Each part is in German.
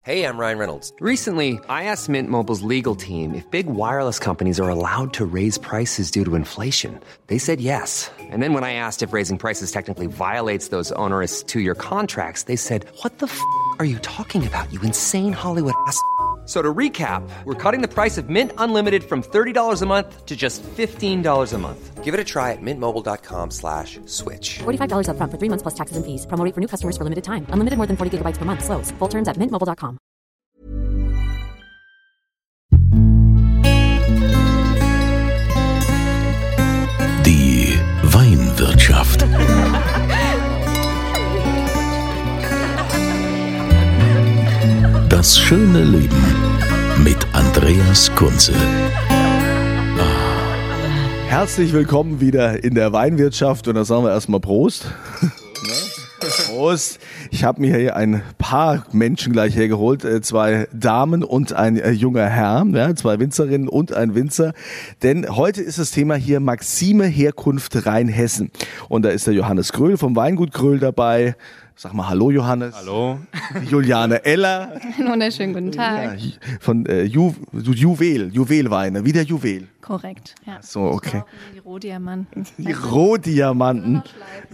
Hey, I'm Ryan Reynolds. Recently, I asked Mint Mobile's legal team if big wireless companies are allowed to raise prices due to inflation. They said yes. And then when I asked if raising prices technically violates those onerous two-year contracts, they said, "What the f*** are you talking about, you insane Hollywood ass?" So to recap, we're cutting the price of Mint Unlimited from $30 a month to just $15 a month. Give it a try at mintmobile.com/switch. $45 up front for 3 months plus taxes and fees. Promo rate for new customers for limited time. Unlimited more than 40 gigabytes per month. Slows full terms at mintmobile.com. Die Weinwirtschaft. Das schöne Leben mit Andreas Kunze. Herzlich willkommen wieder in der Weinwirtschaft und da sagen wir erstmal Prost. Prost. Ich habe mir hier ein paar Menschen gleich hergeholt, 2 Damen und ein junger Herr, ja, 2 Winzerinnen und ein Winzer. Denn heute ist das Thema hier Maxime Herkunft Rheinhessen. Und da ist der Johannes Gröhl vom Weingut Gröhl dabei. Sag mal Hallo Johannes. Hallo. Juliane Eller. Einen wunderschönen guten Tag. Ja, von Juwelweine, wie der Juwel. Korrekt, ja. So, okay. Die Rohdiamanten. Die Rohdiamanten.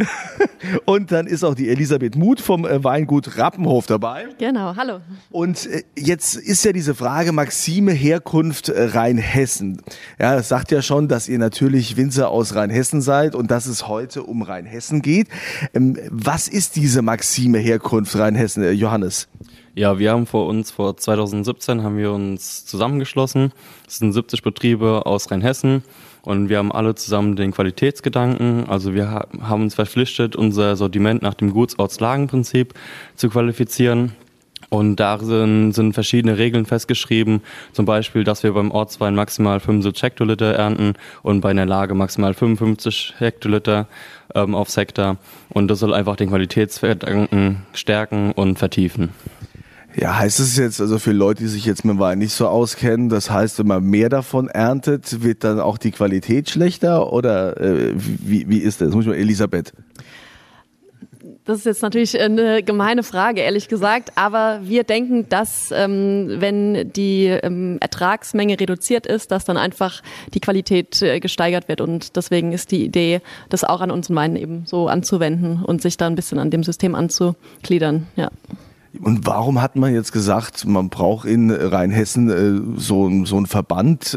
Und dann ist auch die Elisabeth Muth vom Weingut Rappenhof dabei. Genau, hallo. Und jetzt ist ja diese Frage Maxime Herkunft Rheinhessen. Ja, das sagt ja schon, dass ihr natürlich Winzer aus Rheinhessen seid und dass es heute um Rheinhessen geht. Was ist diese Maxime Herkunft Rheinhessen, Johannes? Ja, wir haben vor 2017 haben wir uns zusammengeschlossen. Es sind 70 Betriebe aus Rheinhessen und wir haben alle zusammen den Qualitätsgedanken. Also wir haben uns verpflichtet, unser Sortiment nach dem Gutsortslagenprinzip zu qualifizieren. Und darin sind verschiedene Regeln festgeschrieben, zum Beispiel, dass wir beim Ortswein maximal 75 Hektoliter ernten und bei einer Lage maximal 55 Hektoliter aufs Hektar. Und das soll einfach den Qualitätsgedanken stärken und vertiefen. Ja, heißt es jetzt, also für Leute, die sich jetzt mit Wein nicht so auskennen, das heißt, wenn man mehr davon erntet, wird dann auch die Qualität schlechter oder wie ist das? Muss ich mal, Elisabeth. Das ist jetzt natürlich eine gemeine Frage, ehrlich gesagt, aber wir denken, dass wenn die Ertragsmenge reduziert ist, dass dann einfach die Qualität gesteigert wird und deswegen ist die Idee, das auch an unseren Weinen eben so anzuwenden und sich da ein bisschen an dem System anzugliedern, ja. Und warum hat man jetzt gesagt, man braucht in Rheinhessen so einen Verband?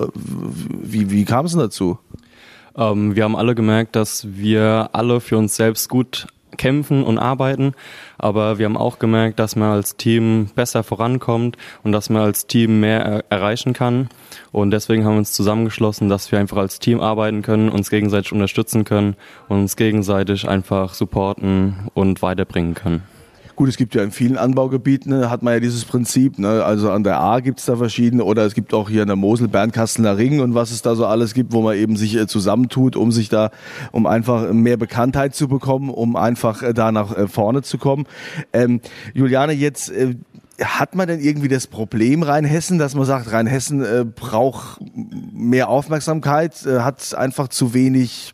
Wie kam es denn dazu? Wir haben alle gemerkt, dass wir alle für uns selbst gut kämpfen und arbeiten, aber wir haben auch gemerkt, dass man als Team besser vorankommt und dass man als Team mehr erreichen kann. Und deswegen haben wir uns zusammengeschlossen, dass wir einfach als Team arbeiten können, uns gegenseitig unterstützen können und uns gegenseitig einfach supporten und weiterbringen können. Gut, es gibt ja in vielen Anbaugebieten, hat man ja dieses Prinzip, ne? Also an der Ahr gibt's da verschiedene oder es gibt auch hier in der Mosel Bernkastelner Ring und was es da so alles gibt, wo man eben sich zusammentut, um einfach mehr Bekanntheit zu bekommen, um einfach da nach vorne zu kommen. Juliane, jetzt hat man denn irgendwie das Problem Rheinhessen, dass man sagt, Rheinhessen braucht mehr Aufmerksamkeit, hat einfach zu wenig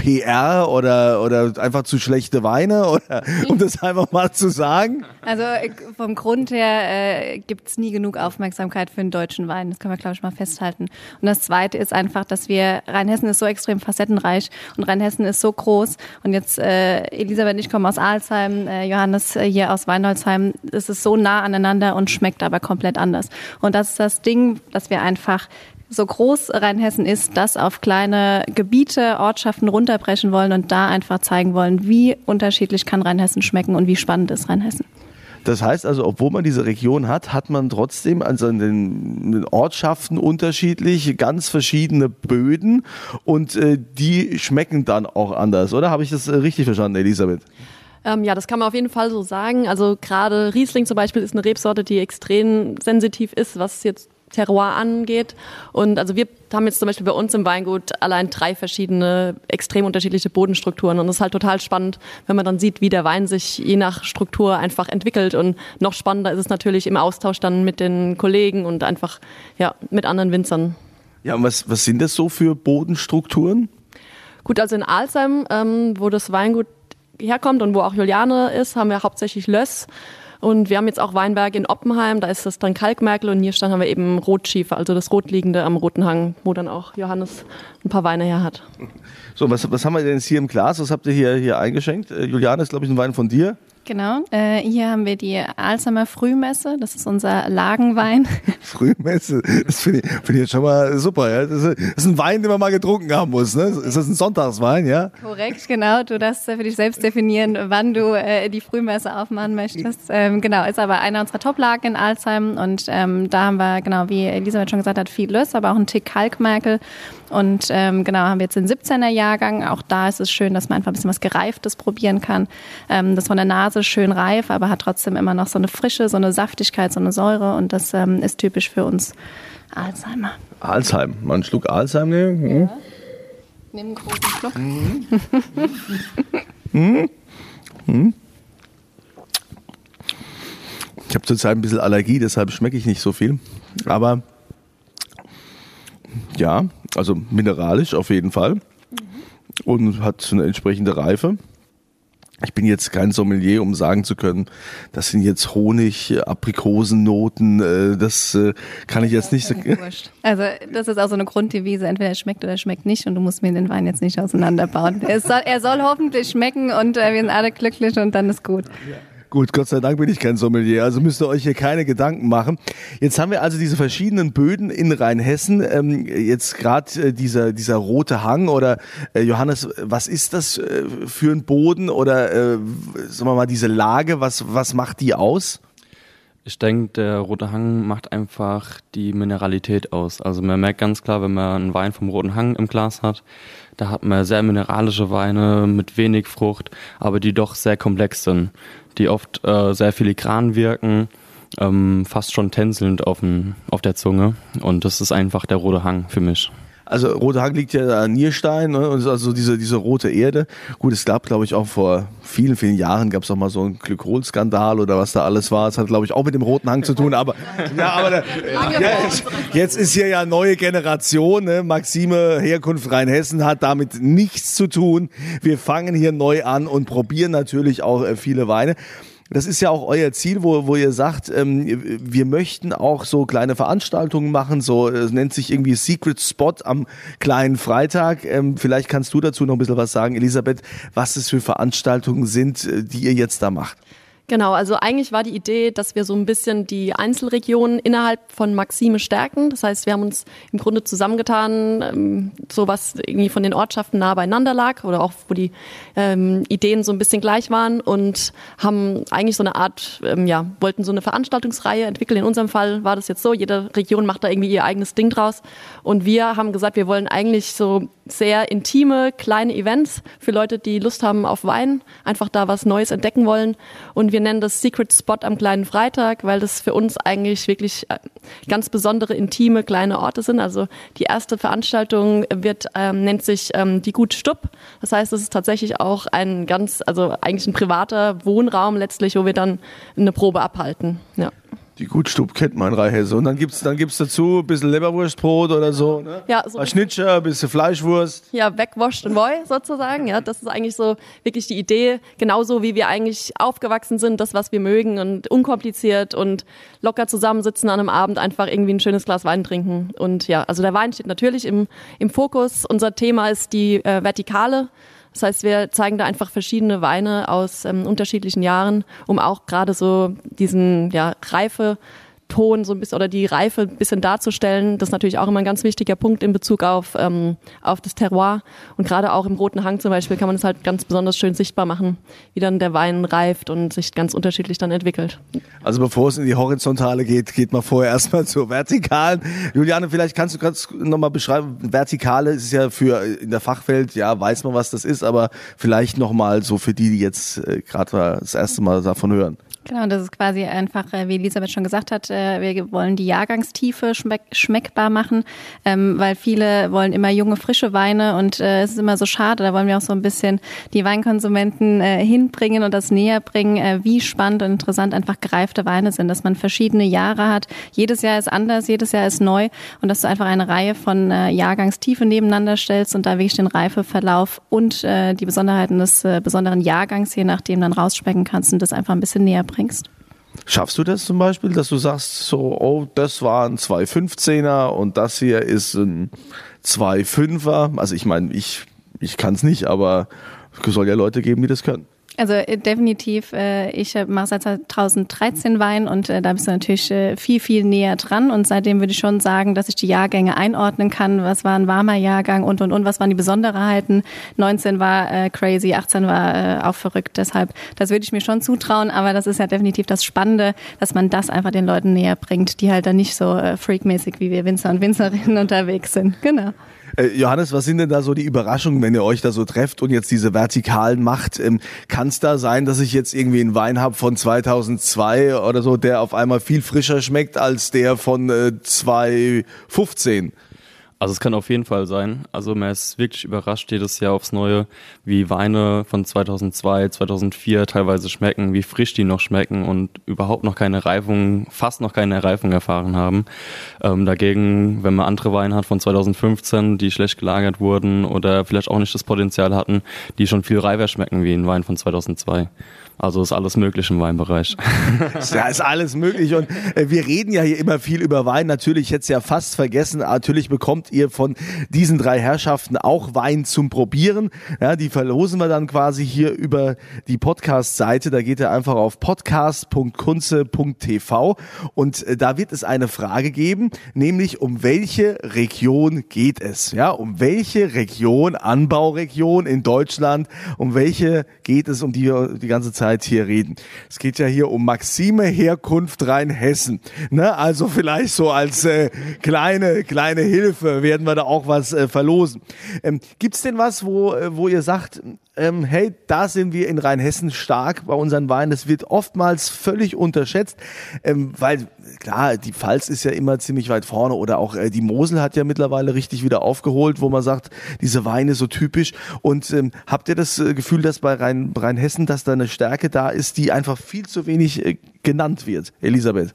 PR oder einfach zu schlechte Weine, oder um das einfach mal zu sagen? Also vom Grund her gibt's nie genug Aufmerksamkeit für den deutschen Wein. Das können wir, glaube ich, mal festhalten. Und das Zweite ist einfach, dass Rheinhessen ist so extrem facettenreich und Rheinhessen ist so groß. Und jetzt Elisabeth und ich kommen aus Alzheim, Johannes hier aus Weinholzheim. Es ist so nah aneinander und schmeckt aber komplett anders. Und das ist das Ding, dass wir einfach so groß Rheinhessen ist, das auf kleine Gebiete, Ortschaften runterbrechen wollen und da einfach zeigen wollen, wie unterschiedlich kann Rheinhessen schmecken und wie spannend ist Rheinhessen. Das heißt also, obwohl man diese Region hat man trotzdem also in den Ortschaften unterschiedlich ganz verschiedene Böden und die schmecken dann auch anders, oder? Habe ich das richtig verstanden, Elisabeth? Ja, das kann man auf jeden Fall so sagen. Also gerade Riesling zum Beispiel ist eine Rebsorte, die extrem sensitiv ist, was jetzt Terroir angeht. Und also wir haben jetzt zum Beispiel bei uns im Weingut allein 3 verschiedene, extrem unterschiedliche Bodenstrukturen. Und das ist halt total spannend, wenn man dann sieht, wie der Wein sich je nach Struktur einfach entwickelt. Und noch spannender ist es natürlich im Austausch dann mit den Kollegen und einfach ja mit anderen Winzern. Ja, und was sind das so für Bodenstrukturen? Gut, also in Alzheim, wo das Weingut herkommt und wo auch Juliane ist, haben wir hauptsächlich Löss. Und wir haben jetzt auch Weinberge in Oppenheim, da ist das dann Kalkmerkel und Nierstein haben wir eben Rotschiefer, also das Rotliegende am Roten Hang, wo dann auch Johannes ein paar Weine her hat. So, was haben wir denn jetzt hier im Glas? Was habt ihr hier eingeschenkt? Juliane, ist glaube ich ein Wein von dir. Genau, hier haben wir die Alzheimer Frühmesse, das ist unser Lagenwein. Frühmesse, das finde ich jetzt schon mal super. Ja? Das ist ein Wein, den man mal getrunken haben muss. Ne? Ist das ein Sonntagswein, ja? Korrekt, genau. Du darfst für dich selbst definieren, wann du die Frühmesse aufmachen möchtest. Genau, ist aber einer unserer Top-Lagen in Alzheim und da haben wir, genau, wie Elisabeth schon gesagt hat, viel Löss, aber auch einen Tick Kalkmerkel. Und genau, haben wir jetzt den 17er Jahrgang. Auch da ist es schön, dass man einfach ein bisschen was Gereiftes probieren kann. Das von der Nase schön reif, aber hat trotzdem immer noch so eine Frische, so eine Saftigkeit, so eine Säure. Und das ist typisch für uns Alzheimer. Alzheim, mal einen Schluck Alzheim nehmen. Mhm. Ja. Nimm einen großen Schluck. Ich habe zurzeit ein bisschen Allergie, deshalb schmecke ich nicht so viel. Aber ja, also mineralisch auf jeden Fall und hat eine entsprechende Reife. Ich bin jetzt kein Sommelier, um sagen zu können, das sind jetzt Honig, Aprikosennoten, das kann ich jetzt nicht sagen. Also das ist auch so eine Grunddevise, entweder es schmeckt oder es schmeckt nicht und du musst mir den Wein jetzt nicht auseinanderbauen. Er soll hoffentlich schmecken und wir sind alle glücklich und dann ist gut. Gut, Gott sei Dank bin ich kein Sommelier, also müsst ihr euch hier keine Gedanken machen. Jetzt haben wir also diese verschiedenen Böden in Rheinhessen, jetzt gerade dieser rote Hang oder Johannes, was ist das für ein Boden oder sagen wir mal diese Lage, was macht die aus? Ich denke, der rote Hang macht einfach die Mineralität aus. Also man merkt ganz klar, wenn man einen Wein vom roten Hang im Glas hat, da hat man sehr mineralische Weine mit wenig Frucht, aber die doch sehr komplex sind, die oft sehr filigran wirken, fast schon tänzelnd auf der Zunge. Und das ist einfach der rote Hang für mich. Also roter Hang liegt ja an Nierstein, ne? Und also diese rote Erde. Gut, es gab, glaube ich, auch vor vielen, vielen Jahren gab es auch mal so einen Glykolskandal oder was da alles war. Es hat, glaube ich, auch mit dem roten Hang zu tun. Aber jetzt ist hier ja neue Generation. Ne? Maxime Herkunft Rheinhessen hat damit nichts zu tun. Wir fangen hier neu an und probieren natürlich auch viele Weine. Das ist ja auch euer Ziel, wo ihr sagt, wir möchten auch so kleine Veranstaltungen machen, so es nennt sich irgendwie Secret Spot am kleinen Freitag. Vielleicht kannst du dazu noch ein bisschen was sagen, Elisabeth, was es für Veranstaltungen sind, die ihr jetzt da macht. Genau, also eigentlich war die Idee, dass wir so ein bisschen die Einzelregionen innerhalb von Maxime stärken. Das heißt, wir haben uns im Grunde zusammengetan, so was irgendwie von den Ortschaften nah beieinander lag oder auch wo die Ideen so ein bisschen gleich waren und haben eigentlich so eine Art, wollten so eine Veranstaltungsreihe entwickeln. In unserem Fall war das jetzt so, jede Region macht da irgendwie ihr eigenes Ding draus. Und wir haben gesagt, wir wollen eigentlich so sehr intime, kleine Events für Leute, die Lust haben auf Wein, einfach da was Neues entdecken wollen. Und wir nennen das Secret Spot am kleinen Freitag, weil das für uns eigentlich wirklich ganz besondere, intime, kleine Orte sind. Also die erste Veranstaltung nennt sich die Gut Stub. Das heißt, es ist tatsächlich auch eigentlich ein privater Wohnraum letztlich, wo wir dann eine Probe abhalten. Ja. Die Gutstub kennt man in Rheinhessen. Und dann gibt's dazu ein bisschen Leberwurstbrot oder so, ne? Ja, so ein Schnittscher, ein bisschen Fleischwurst. Ja, wegwashed and boy sozusagen. Ja, das ist eigentlich so wirklich die Idee, genauso wie wir eigentlich aufgewachsen sind, das, was wir mögen und unkompliziert und locker zusammensitzen an einem Abend, einfach irgendwie ein schönes Glas Wein trinken. Und ja, also der Wein steht natürlich im Fokus. Unser Thema ist die Vertikale. Das heißt, wir zeigen da einfach verschiedene Weine aus unterschiedlichen Jahren, um auch gerade so diesen Reifeton so ein bisschen oder die Reife ein bisschen darzustellen. Das ist natürlich auch immer ein ganz wichtiger Punkt in Bezug auf das Terroir. Und gerade auch im Roten Hang zum Beispiel kann man es halt ganz besonders schön sichtbar machen, wie dann der Wein reift und sich ganz unterschiedlich dann entwickelt. Also bevor es in die Horizontale geht man vorher erstmal zur Vertikalen. Juliane, vielleicht kannst du nochmal beschreiben, Vertikale ist ja in der Fachwelt, ja, weiß man, was das ist, aber vielleicht nochmal so für die jetzt gerade das erste Mal davon hören. Genau, das ist quasi einfach, wie Elisabeth schon gesagt hat, wir wollen die Jahrgangstiefe schmeckbar machen, weil viele wollen immer junge, frische Weine und es ist immer so schade, da wollen wir auch so ein bisschen die Weinkonsumenten hinbringen und das näher bringen, wie spannend und interessant einfach gereifte Weine sind, dass man verschiedene Jahre hat. Jedes Jahr ist anders, jedes Jahr ist neu und dass du einfach eine Reihe von Jahrgangstiefe nebeneinander stellst und da wirklich den Reifeverlauf und die Besonderheiten des besonderen Jahrgangs je nachdem dann rausschmecken kannst und das einfach ein bisschen näher bringst. Schaffst du das zum Beispiel, dass du sagst, so, oh, das war ein 2,15er und das hier ist ein 2,5er? Also ich meine, ich kann es nicht, aber es soll ja Leute geben, die das können. Also definitiv, ich mache seit 2013 Wein und da bist du natürlich viel, viel näher dran und seitdem würde ich schon sagen, dass ich die Jahrgänge einordnen kann. Was war ein warmer Jahrgang und, was waren die Besonderheiten? 19 war crazy, 18 war auch verrückt, deshalb, das würde ich mir schon zutrauen, aber das ist ja definitiv das Spannende, dass man das einfach den Leuten näher bringt, die halt dann nicht so freakmäßig wie wir Winzer und Winzerinnen unterwegs sind. Genau. Johannes, was sind denn da so die Überraschungen, wenn ihr euch da so trefft und jetzt diese Vertikalen macht? Kann es da sein, dass ich jetzt irgendwie einen Wein habe von 2002 oder so, der auf einmal viel frischer schmeckt als der von 2015? Also es kann auf jeden Fall sein. Also man ist wirklich überrascht jedes Jahr aufs Neue, wie Weine von 2002, 2004 teilweise schmecken, wie frisch die noch schmecken und überhaupt noch keine Reifung, fast noch keine Reifung erfahren haben. Dagegen, wenn man andere Weine hat von 2015, die schlecht gelagert wurden oder vielleicht auch nicht das Potenzial hatten, die schon viel reifer schmecken wie ein Wein von 2002. Also ist alles möglich im Weinbereich. Ja, ist alles möglich und wir reden ja hier immer viel über Wein. Natürlich, ich hätte es ja fast vergessen, natürlich bekommt ihr von diesen 3 Herrschaften auch Wein zum Probieren. Ja, die verlosen wir dann quasi hier über die Podcast-Seite. Da geht ihr einfach auf podcast.kunze.tv und da wird es eine Frage geben, nämlich um welche Region geht es? Ja, um welche Region, Anbauregion in Deutschland, um welche geht es, um die wir die ganze Zeit hier reden. Es geht ja hier um Maxime Herkunft Rheinhessen. Ne? Also vielleicht so als kleine Hilfe werden wir da auch was verlosen. Gibt's denn was, wo ihr sagt, hey, da sind wir in Rheinhessen stark bei unseren Weinen. Das wird oftmals völlig unterschätzt, weil klar, die Pfalz ist ja immer ziemlich weit vorne oder auch die Mosel hat ja mittlerweile richtig wieder aufgeholt, wo man sagt, diese Weine so typisch. Und habt ihr das Gefühl, dass bei Rheinhessen, dass da eine Stärke da ist, die einfach viel zu wenig genannt wird? Elisabeth?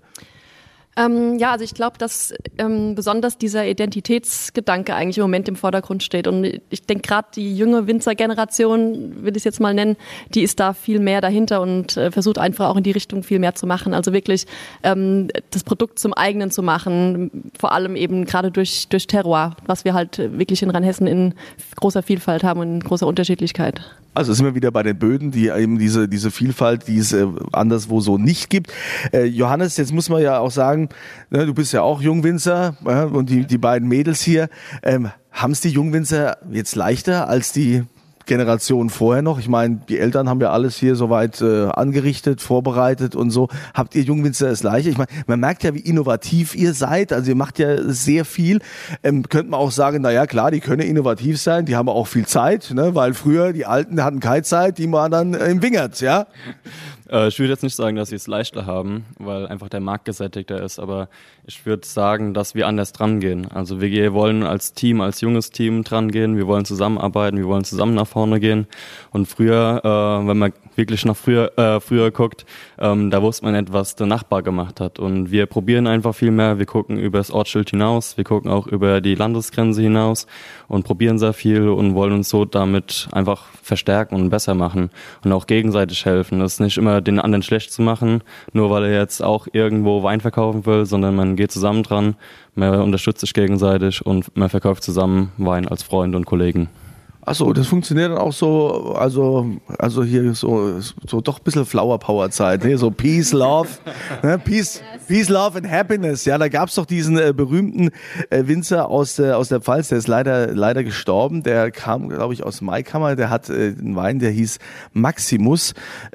Ja, also ich glaube, dass besonders dieser Identitätsgedanke eigentlich im Moment im Vordergrund steht. Und ich denke gerade die junge Winzergeneration, will ich es jetzt mal nennen, die ist da viel mehr dahinter und versucht einfach auch in die Richtung viel mehr zu machen. Also wirklich das Produkt zum eigenen zu machen, vor allem eben gerade durch Terroir, was wir halt wirklich in Rheinhessen in großer Vielfalt haben und in großer Unterschiedlichkeit. Also sind wir wieder bei den Böden, die eben diese Vielfalt, die es anderswo so nicht gibt. Johannes, jetzt muss man ja auch sagen, ne, du bist ja auch Jungwinzer und die beiden Mädels hier, haben es die Jungwinzer jetzt leichter als die Generation vorher noch? Ich meine, die Eltern haben ja alles hier soweit angerichtet, vorbereitet und so. Habt ihr Jungwinzer es leichter? Ich meine, man merkt ja, wie innovativ ihr seid. Also ihr macht ja sehr viel. Könnte man auch sagen, na ja, klar, die können innovativ sein, die haben auch viel Zeit, ne? Weil früher die Alten hatten keine Zeit, die waren dann im Wingert, ja? Ich würde jetzt nicht sagen, dass sie es leichter haben, weil einfach der Markt gesättigter ist, aber ich würde sagen, dass wir anders dran gehen. Also wir wollen als Team, als junges Team dran gehen, wir wollen zusammenarbeiten, wir wollen zusammen nach vorne gehen. Und früher, wenn man wirklich nach früher guckt, da wusste man nicht, was der Nachbar gemacht hat. Und wir probieren einfach viel mehr, wir gucken über das Ortsschild hinaus, wir gucken auch über die Landesgrenze hinaus und probieren sehr viel und wollen uns so damit einfach verstärken und besser machen und auch gegenseitig helfen. Das ist nicht immer den anderen schlecht zu machen, nur weil er jetzt auch irgendwo Wein verkaufen will, sondern man geht zusammen dran, man unterstützt sich gegenseitig und man verkauft zusammen Wein als Freund und Kollegen. Achso, das funktioniert dann auch so, also hier so doch ein bisschen Flower Power Zeit, ne? So Peace, Love, ne? Peace, Love and Happiness. Ja, da gab's doch diesen berühmten Winzer aus der Pfalz, der ist leider gestorben. Der kam, glaube ich, aus Maikammer. Der hat einen Wein, der hieß Maximus.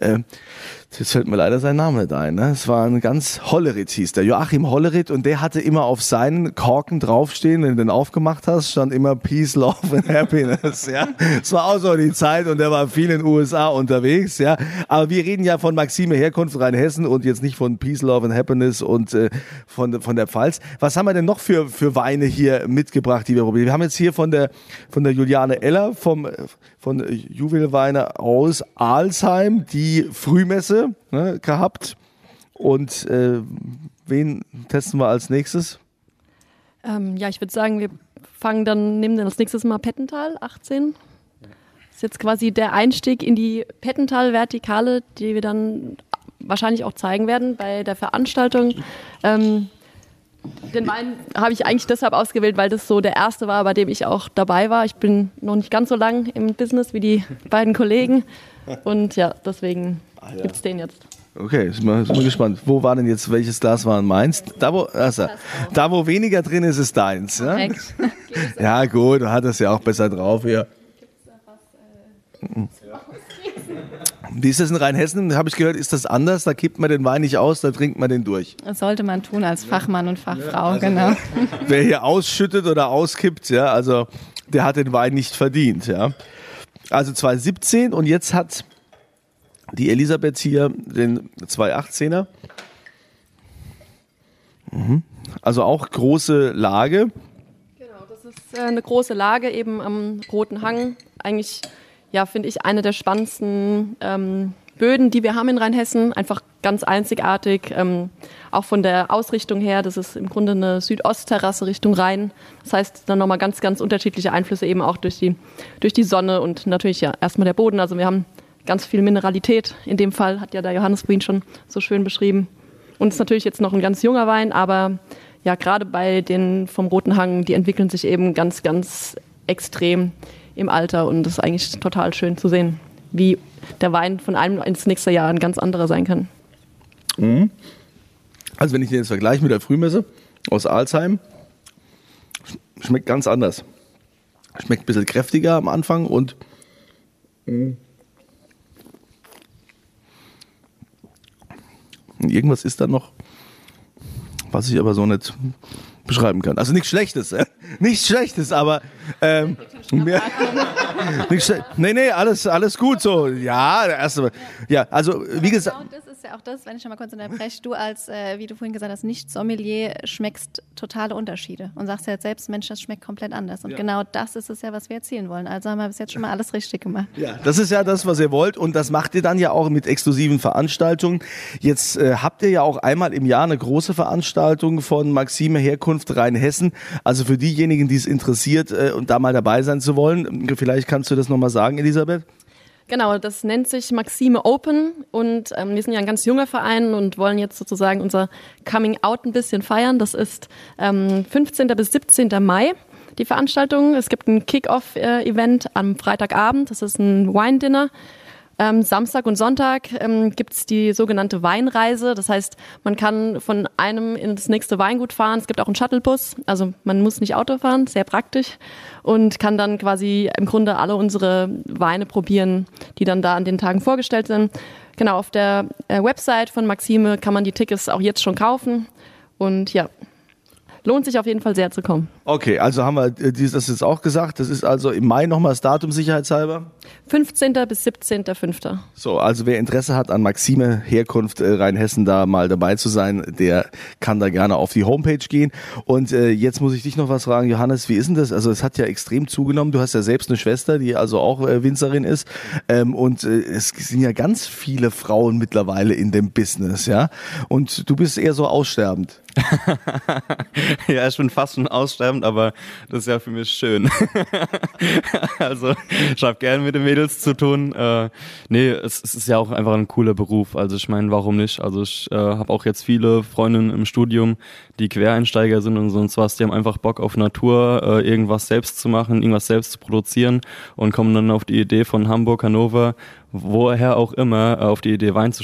Jetzt fällt mir leider sein Name nicht ein. Ne? Es war ein ganz Hollerith, hieß der, Joachim Hollerith, und der hatte immer auf seinen Korken draufstehen, wenn du den aufgemacht hast, stand immer Peace, Love and Happiness. Ja, es war auch so die Zeit und der war viel in den USA unterwegs. Ja, aber wir reden ja von Maxime Herkunft Rheinhessen und jetzt nicht von Peace, Love and Happiness und von der Pfalz. Was haben wir denn noch für Weine hier mitgebracht, die wir probieren? Wir haben jetzt hier von der Juliane Eller von Juwelweine aus Alsheim die Frühmesse gehabt. Und wen testen wir als nächstes? Ja, ich würde sagen, wir nehmen dann als nächstes mal Pettental, 18. Das ist jetzt quasi der Einstieg in die Pettental-Vertikale, die wir dann wahrscheinlich auch zeigen werden bei der Veranstaltung. Den Wein habe ich eigentlich deshalb ausgewählt, weil das so der erste war, bei dem ich auch dabei war. Ich bin noch nicht ganz so lang im Business wie die beiden Kollegen und ja, deswegen gibt's den jetzt. Okay, sind wir gespannt. Wo war denn jetzt, welches Glas war meins? Da wo weniger drin ist, ist deins. Ja, ja gut, du hattest ja auch besser drauf hier. Wie ist das in Rheinhessen? Habe ich gehört, ist das anders? Da kippt man den Wein nicht aus, da trinkt man den durch. Das sollte man tun als Fachmann und Fachfrau, also genau. Wer hier ausschüttet oder auskippt, ja, also der hat den Wein nicht verdient. Ja. Also 2017 und jetzt hat die Elisabeth hier den 218er. Also auch große Lage. Genau, das ist eine große Lage eben am Roten Hang. Eigentlich, ja, finde ich, eine der spannendsten Böden, die wir haben in Rheinhessen. Einfach ganz einzigartig, auch von der Ausrichtung her. Das ist im Grunde eine Südostterrasse Richtung Rhein. Das heißt, dann nochmal ganz, ganz unterschiedliche Einflüsse eben auch durch die Sonne und natürlich ja erstmal der Boden. Also wir haben ganz viel Mineralität. In dem Fall hat ja der Johannes vorhin schon so schön beschrieben. Und es ist natürlich jetzt noch ein ganz junger Wein, aber ja, gerade bei den vom Roten Hang, die entwickeln sich eben ganz, ganz extrem im Alter und das ist eigentlich total schön zu sehen, wie der Wein von einem ins nächste Jahr ein ganz anderer sein kann. Also wenn ich den jetzt vergleiche mit der Frühmesse aus Alzheim, schmeckt ganz anders. Schmeckt ein bisschen kräftiger am Anfang und irgendwas ist da noch, was ich aber so nicht beschreiben kann. Also nichts Schlechtes, nichts Schlechtes, aber alles gut so. Ja, der erste, ja, also wie gesagt. Genau, das ist ja auch das, wenn ich schon mal kurz unterbreche, du als, wie du vorhin gesagt hast, Nicht-Sommelier schmeckst totale Unterschiede und sagst ja jetzt selbst, Mensch, das schmeckt komplett anders. Und genau das ist es ja, was wir erzielen wollen. Also haben wir bis jetzt schon mal alles richtig gemacht. Ja, das ist ja das, was ihr wollt und das macht ihr dann ja auch mit exklusiven Veranstaltungen. Jetzt habt ihr ja auch einmal im Jahr eine große Veranstaltung von Maxime Herkunft Rheinhessen. Also für diejenigen, die es interessiert und da mal dabei sein zu wollen, vielleicht kannst du das nochmal sagen, Elisabeth? Genau, das nennt sich Maxime Open und wir sind ja ein ganz junger Verein und wollen jetzt sozusagen unser Coming Out ein bisschen feiern. Das ist 15. bis 17. Mai die Veranstaltung. Es gibt ein Kick-Off-Event am Freitagabend, das ist ein Wine-Dinner. Samstag und Sonntag gibt's die sogenannte Weinreise. Das heißt, man kann von einem ins nächste Weingut fahren. Es gibt auch einen Shuttlebus, also man muss nicht Auto fahren, sehr praktisch. Und kann dann quasi im Grunde alle unsere Weine probieren, die dann da an den Tagen vorgestellt sind. Genau, auf der Website von Maxime kann man die Tickets auch jetzt schon kaufen. Und ja, lohnt sich auf jeden Fall sehr zu kommen. Okay, also haben wir das jetzt auch gesagt. Das ist also im Mai nochmal das Datum sicherheitshalber? 15. bis 17.05. So, also wer Interesse hat an Maxime Herkunft Rheinhessen da mal dabei zu sein, der kann da gerne auf die Homepage gehen. Und jetzt muss ich dich noch was fragen, Johannes, wie ist denn das? Also es hat ja extrem zugenommen. Du hast ja selbst eine Schwester, die also auch Winzerin ist. Und es sind ja ganz viele Frauen mittlerweile in dem Business, ja? Und du bist eher so aussterbend. Ja, ich bin fast schon aussterbend, aber das ist ja für mich schön. Also ich habe gerne mit den Mädels zu tun. Nee, es ist ja auch einfach ein cooler Beruf. Also ich meine, warum nicht? Also ich habe auch jetzt viele Freundinnen im Studium, die Quereinsteiger sind und sonst was. Die haben einfach Bock auf Natur, irgendwas selbst zu machen, irgendwas selbst zu produzieren und kommen dann auf die Idee von Hamburg, Hannover, woher auch immer, auf die Idee Weinbau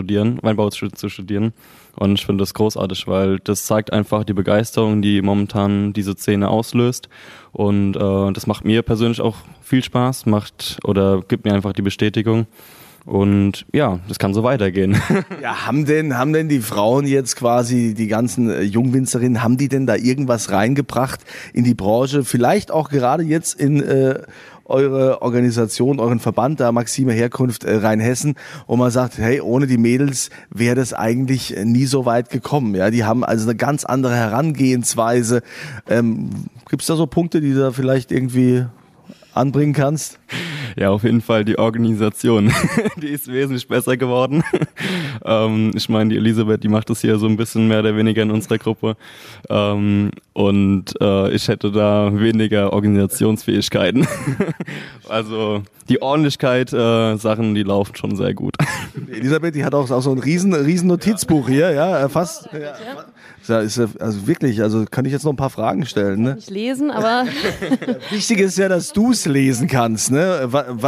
zu studieren. Und ich finde das großartig, weil das zeigt einfach die Begeisterung, die momentan diese Szene auslöst. Und das macht mir persönlich auch viel Spaß, gibt mir einfach die Bestätigung. Und ja, das kann so weitergehen. Ja, haben denn die Frauen jetzt quasi, die ganzen Jungwinzerinnen, haben die denn da irgendwas reingebracht in die Branche? Vielleicht auch gerade jetzt in eure Organisation, euren Verband, da Maxime Herkunft Rheinhessen, wo man sagt, hey, ohne die Mädels wäre das eigentlich nie so weit gekommen. Ja, die haben also eine ganz andere Herangehensweise. Gibt's da so Punkte, die du da vielleicht irgendwie anbringen kannst? Ja, auf jeden Fall die Organisation. Die ist wesentlich besser geworden. Ich meine, die Elisabeth, die macht das hier so ein bisschen mehr oder weniger in unserer Gruppe. Ich hätte da weniger Organisationsfähigkeiten. Also die Ordentlichkeit, Sachen, die laufen schon sehr gut. Elisabeth, die hat auch so ein riesen Notizbuch hier, ja, fast. Ja, ist also wirklich, also kann ich jetzt noch ein paar Fragen stellen, ne? Nicht lesen, aber Wichtig ist ja, dass du es lesen kannst, ne?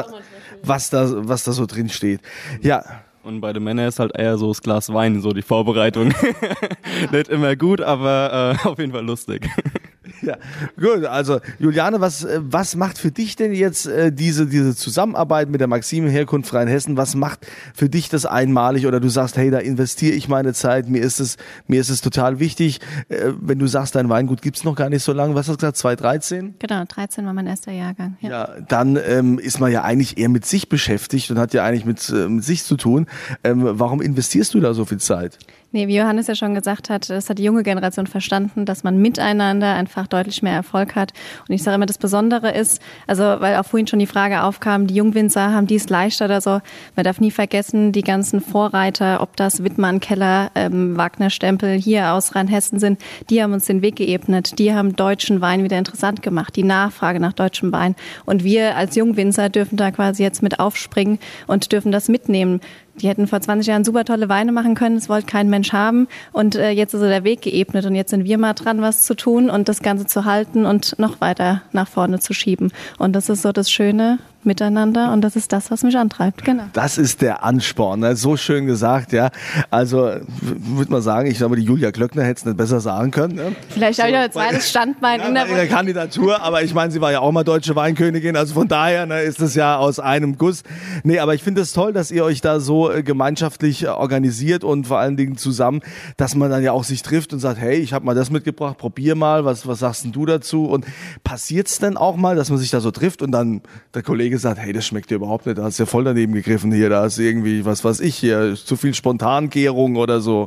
Was da so drin steht. Ja. Und bei den Männern ist halt eher so das Glas Wein, so die Vorbereitung. Nicht immer gut, aber auf jeden Fall lustig. Ja, gut. Also Juliane, was macht für dich denn jetzt diese Zusammenarbeit mit der Maxime Herkunft Rheinhessen? Was macht für dich das einmalig? Oder du sagst, hey, da investiere ich meine Zeit. Mir ist es total wichtig. Wenn du sagst, dein Weingut gibt's noch gar nicht so lange. Was hast du gesagt? 2013? Genau, 13 war mein erster Jahrgang. Ja, dann ist man ja eigentlich eher mit sich beschäftigt und hat ja eigentlich mit sich zu tun. Warum investierst du da so viel Zeit? Nee, wie Johannes ja schon gesagt hat, das hat die junge Generation verstanden, dass man miteinander einfach deutlich mehr Erfolg hat. Und ich sage immer, das Besondere ist, also weil auch vorhin schon die Frage aufkam, die Jungwinzer haben dies leichter oder so. Man darf nie vergessen, die ganzen Vorreiter, ob das Wittmann, Keller, Wagner Stempel hier aus Rheinhessen sind, die haben uns den Weg geebnet. Die haben deutschen Wein wieder interessant gemacht, die Nachfrage nach deutschem Wein. Und wir als Jungwinzer dürfen da quasi jetzt mit aufspringen und dürfen das mitnehmen. Die hätten vor 20 Jahren super tolle Weine machen können, das wollte kein Mensch haben und jetzt ist so der Weg geebnet und jetzt sind wir mal dran, was zu tun und das Ganze zu halten und noch weiter nach vorne zu schieben. Und das ist so das Schöne miteinander und das ist das, was mich antreibt, genau. Das ist der Ansporn, ne? So schön gesagt, ja. Also würde man sagen, ich glaube, die Julia Klöckner hätte es nicht besser sagen können. Ne? Vielleicht habe ich noch ein zweites Standbein in der Kandidatur, aber ich meine, sie war ja auch mal deutsche Weinkönigin, also von daher ist es ja aus einem Guss. Nee, aber ich finde es toll, dass ihr euch da so gemeinschaftlich organisiert und vor allen Dingen zusammen, dass man dann ja auch sich trifft und sagt, hey, ich habe mal das mitgebracht, probier mal, was sagst denn du dazu? Und passiert's denn auch mal, dass man sich da so trifft und dann der Kollege sagt, hey, das schmeckt dir überhaupt nicht, da hast du ja voll daneben gegriffen hier, da ist irgendwie, was weiß ich hier, zu viel Spontangärung oder so.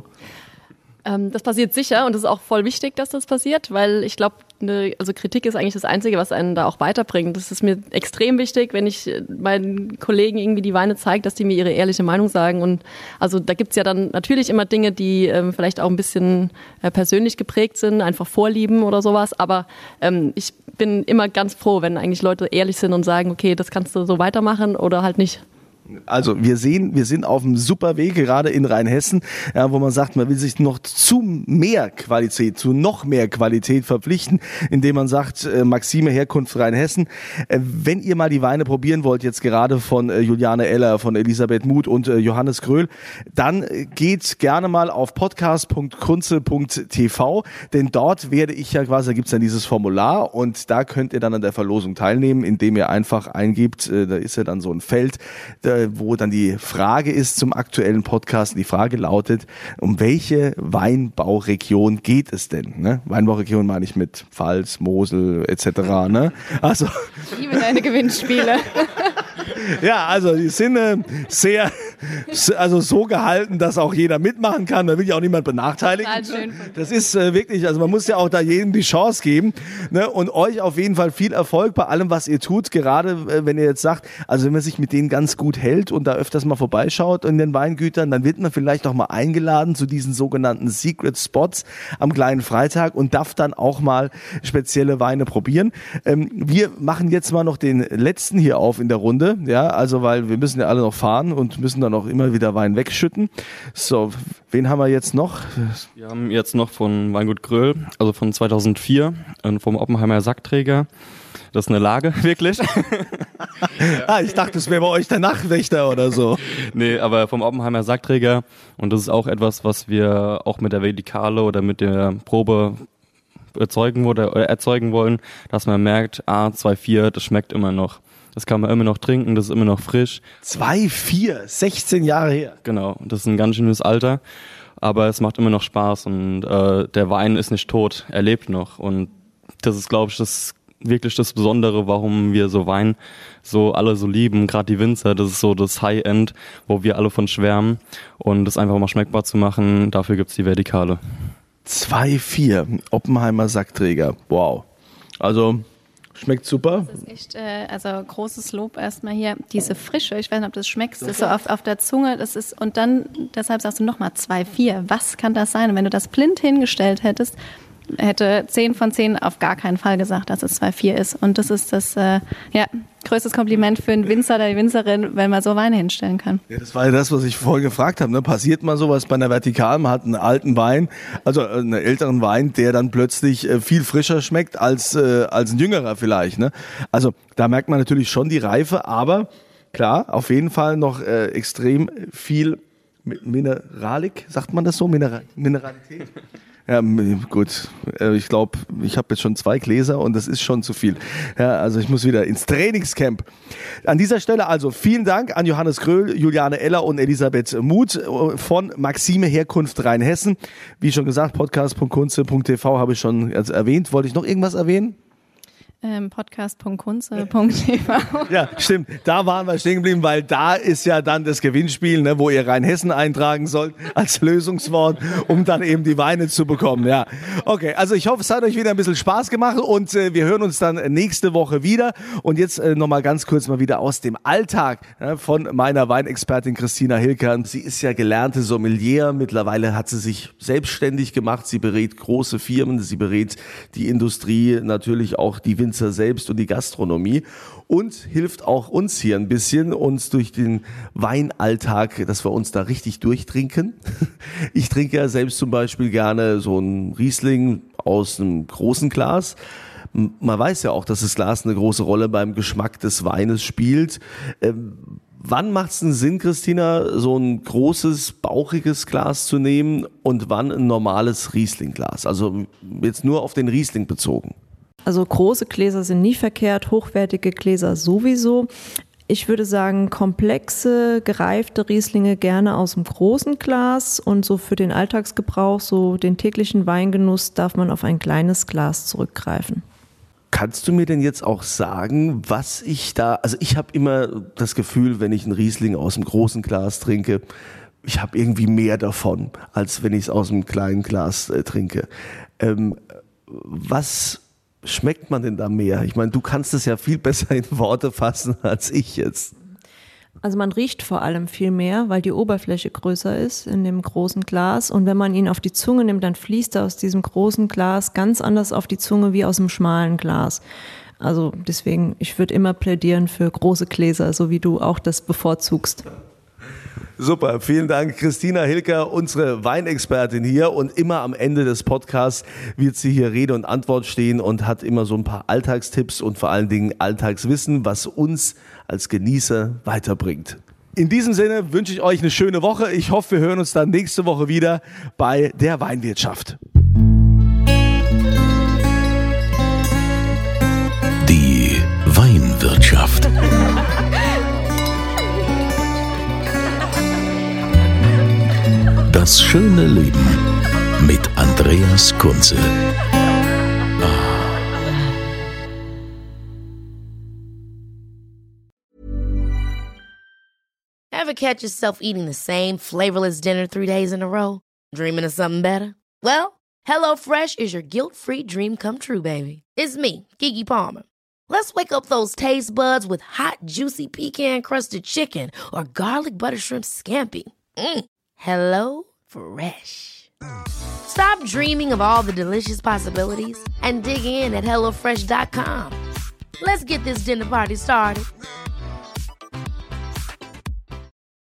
Das passiert sicher und es ist auch voll wichtig, dass das passiert, weil ich glaube, also Kritik ist eigentlich das Einzige, was einen da auch weiterbringt. Das ist mir extrem wichtig, wenn ich meinen Kollegen irgendwie die Weine zeige, dass die mir ihre ehrliche Meinung sagen. Und also da gibt's ja dann natürlich immer Dinge, die vielleicht auch ein bisschen persönlich geprägt sind, einfach Vorlieben oder sowas. Aber ich bin immer ganz froh, wenn eigentlich Leute ehrlich sind und sagen, okay, das kannst du so weitermachen oder halt nicht. Also wir sind auf einem super Weg, gerade in Rheinhessen, ja, wo man sagt, man will sich noch zu noch mehr Qualität verpflichten, indem man sagt, Maxime Herkunft Rheinhessen. Wenn ihr mal die Weine probieren wollt, jetzt gerade von Juliane Eller, von Elisabeth Muth und Johannes Gröhl, dann geht gerne mal auf podcast.kunze.tv, denn dort werde ich ja quasi, da gibt's dann dieses Formular und da könnt ihr dann an der Verlosung teilnehmen, indem ihr einfach eingibt, da ist ja dann so ein Feld, wo dann die Frage ist zum aktuellen Podcast. Die Frage lautet, um welche Weinbauregion geht es denn? Ne? Weinbauregion meine ich mit Pfalz, Mosel etc. Ne? Also, ich liebe deine Gewinnspiele. Ja, also die sind sehr, also so gehalten, dass auch jeder mitmachen kann. Da will ja auch niemand benachteiligen. Das ist wirklich, also man muss ja auch da jedem die Chance geben. Ne? Und euch auf jeden Fall viel Erfolg bei allem, was ihr tut. Gerade wenn ihr jetzt sagt, also wenn man sich mit denen ganz gut hält und da öfters mal vorbeischaut in den Weingütern, dann wird man vielleicht auch mal eingeladen zu diesen sogenannten Secret Spots am kleinen Freitag und darf dann auch mal spezielle Weine probieren. Wir machen jetzt mal noch den letzten hier auf in der Runde. Ja, also weil wir müssen ja alle noch fahren und müssen dann auch immer wieder Wein wegschütten. So, wen haben wir jetzt noch? Wir haben jetzt noch von Weingut Gröhl, also von 2004, vom Oppenheimer Sackträger. Das ist eine Lage, wirklich. Ich dachte, das wäre bei euch der Nachtwächter oder so. Nee, aber vom Oppenheimer Sackträger. Und das ist auch etwas, was wir auch mit der Vertikale oder mit der Probe erzeugen wollen, dass man merkt, 2,4, das schmeckt immer noch. Das kann man immer noch trinken, das ist immer noch frisch. 2,4, 16 Jahre her. Genau, das ist ein ganz schönes Alter, aber es macht immer noch Spaß und der Wein ist nicht tot, er lebt noch. Und das ist, glaube ich, wirklich das Besondere, warum wir so Wein alle so lieben, gerade die Winzer, das ist so das High-End, wo wir alle von schwärmen und das einfach mal schmeckbar zu machen, dafür gibt's die Vertikale. 2,4, Oppenheimer Sackträger, wow. Also Schmeckt super. Das ist echt, also großes Lob erstmal hier. Diese Frische, ich weiß nicht, ob du das schmeckst, das ist so auf der Zunge, das ist, und dann, deshalb sagst du nochmal 2,4. Was kann das sein? Und wenn du das blind hingestellt hättest, hätte 10 von 10 auf gar keinen Fall gesagt, dass es 2,4 ist. Und das ist das größtes Kompliment für einen Winzer oder die Winzerin, wenn man so Weine hinstellen kann. Ja, das war ja das, was ich vorhin gefragt habe. Ne? Passiert mal sowas bei einer Vertikal? Man hat einen alten Wein, also einen älteren Wein, der dann plötzlich viel frischer schmeckt als ein jüngerer vielleicht. Ne? Also da merkt man natürlich schon die Reife, aber klar, auf jeden Fall noch extrem viel Mineralik, sagt man das so? Mineralität? Ja, gut. Ich glaube, ich habe jetzt schon 2 Gläser und das ist schon zu viel. Ja, also ich muss wieder ins Trainingscamp. An dieser Stelle also vielen Dank an Johannes Gröhl, Juliane Eller und Elisabeth Muth von Maxime Herkunft Rheinhessen. Wie schon gesagt, podcast.kunze.tv habe ich schon erwähnt. Wollte ich noch irgendwas erwähnen? Podcast.kunze.tv. Ja, stimmt. Da waren wir stehen geblieben, weil da ist ja dann das Gewinnspiel, ne, wo ihr Rheinhessen eintragen sollt als Lösungswort, um dann eben die Weine zu bekommen. Ja, okay. Also ich hoffe, es hat euch wieder ein bisschen Spaß gemacht und wir hören uns dann nächste Woche wieder. Und jetzt nochmal ganz kurz mal wieder aus dem Alltag von meiner Weinexpertin Christina Hilker. Sie ist ja gelernte Sommelier. Mittlerweile hat sie sich selbstständig gemacht. Sie berät große Firmen, sie berät die Industrie, natürlich auch die Winzer selbst und die Gastronomie und hilft auch uns hier ein bisschen, uns durch den Weinalltag, dass wir uns da richtig durchtrinken. Ich trinke ja selbst zum Beispiel gerne so einen Riesling aus einem großen Glas. Man weiß ja auch, dass das Glas eine große Rolle beim Geschmack des Weines spielt. Wann macht es einen Sinn, Christina, so ein großes, bauchiges Glas zu nehmen und wann ein normales Rieslingglas? Also jetzt nur auf den Riesling bezogen. Also große Gläser sind nie verkehrt, hochwertige Gläser sowieso. Ich würde sagen, komplexe, gereifte Rieslinge gerne aus dem großen Glas und so für den Alltagsgebrauch, so den täglichen Weingenuss, darf man auf ein kleines Glas zurückgreifen. Kannst du mir denn jetzt auch sagen, was ich da, also ich habe immer das Gefühl, wenn ich einen Riesling aus dem großen Glas trinke, ich habe irgendwie mehr davon, als wenn ich es aus dem kleinen Glas trinke. Was schmeckt man denn da mehr? Ich meine, du kannst es ja viel besser in Worte fassen als ich jetzt. Also man riecht vor allem viel mehr, weil die Oberfläche größer ist in dem großen Glas. Und wenn man ihn auf die Zunge nimmt, dann fließt er aus diesem großen Glas ganz anders auf die Zunge wie aus dem schmalen Glas. Also deswegen, ich würde immer plädieren für große Gläser, so wie du auch das bevorzugst. Super, vielen Dank, Christina Hilker, unsere Weinexpertin hier, und immer am Ende des Podcasts wird sie hier Rede und Antwort stehen und hat immer so ein paar Alltagstipps und vor allen Dingen Alltagswissen, was uns als Genießer weiterbringt. In diesem Sinne wünsche ich euch eine schöne Woche. Ich hoffe, wir hören uns dann nächste Woche wieder bei der Weinwirtschaft. Die Weinwirtschaft. Das schöne Leben mit Andreas Kunze. Ever catch yourself eating the same flavorless dinner 3 days in a row? Dreaming of something better? Well, HelloFresh is your guilt-free dream come true, baby. It's me, Keke Palmer. Let's wake up those taste buds with hot, juicy pecan-crusted chicken or garlic butter shrimp scampi. Hello Fresh. Stop dreaming of all the delicious possibilities and dig in at HelloFresh.com. Let's get this dinner party started.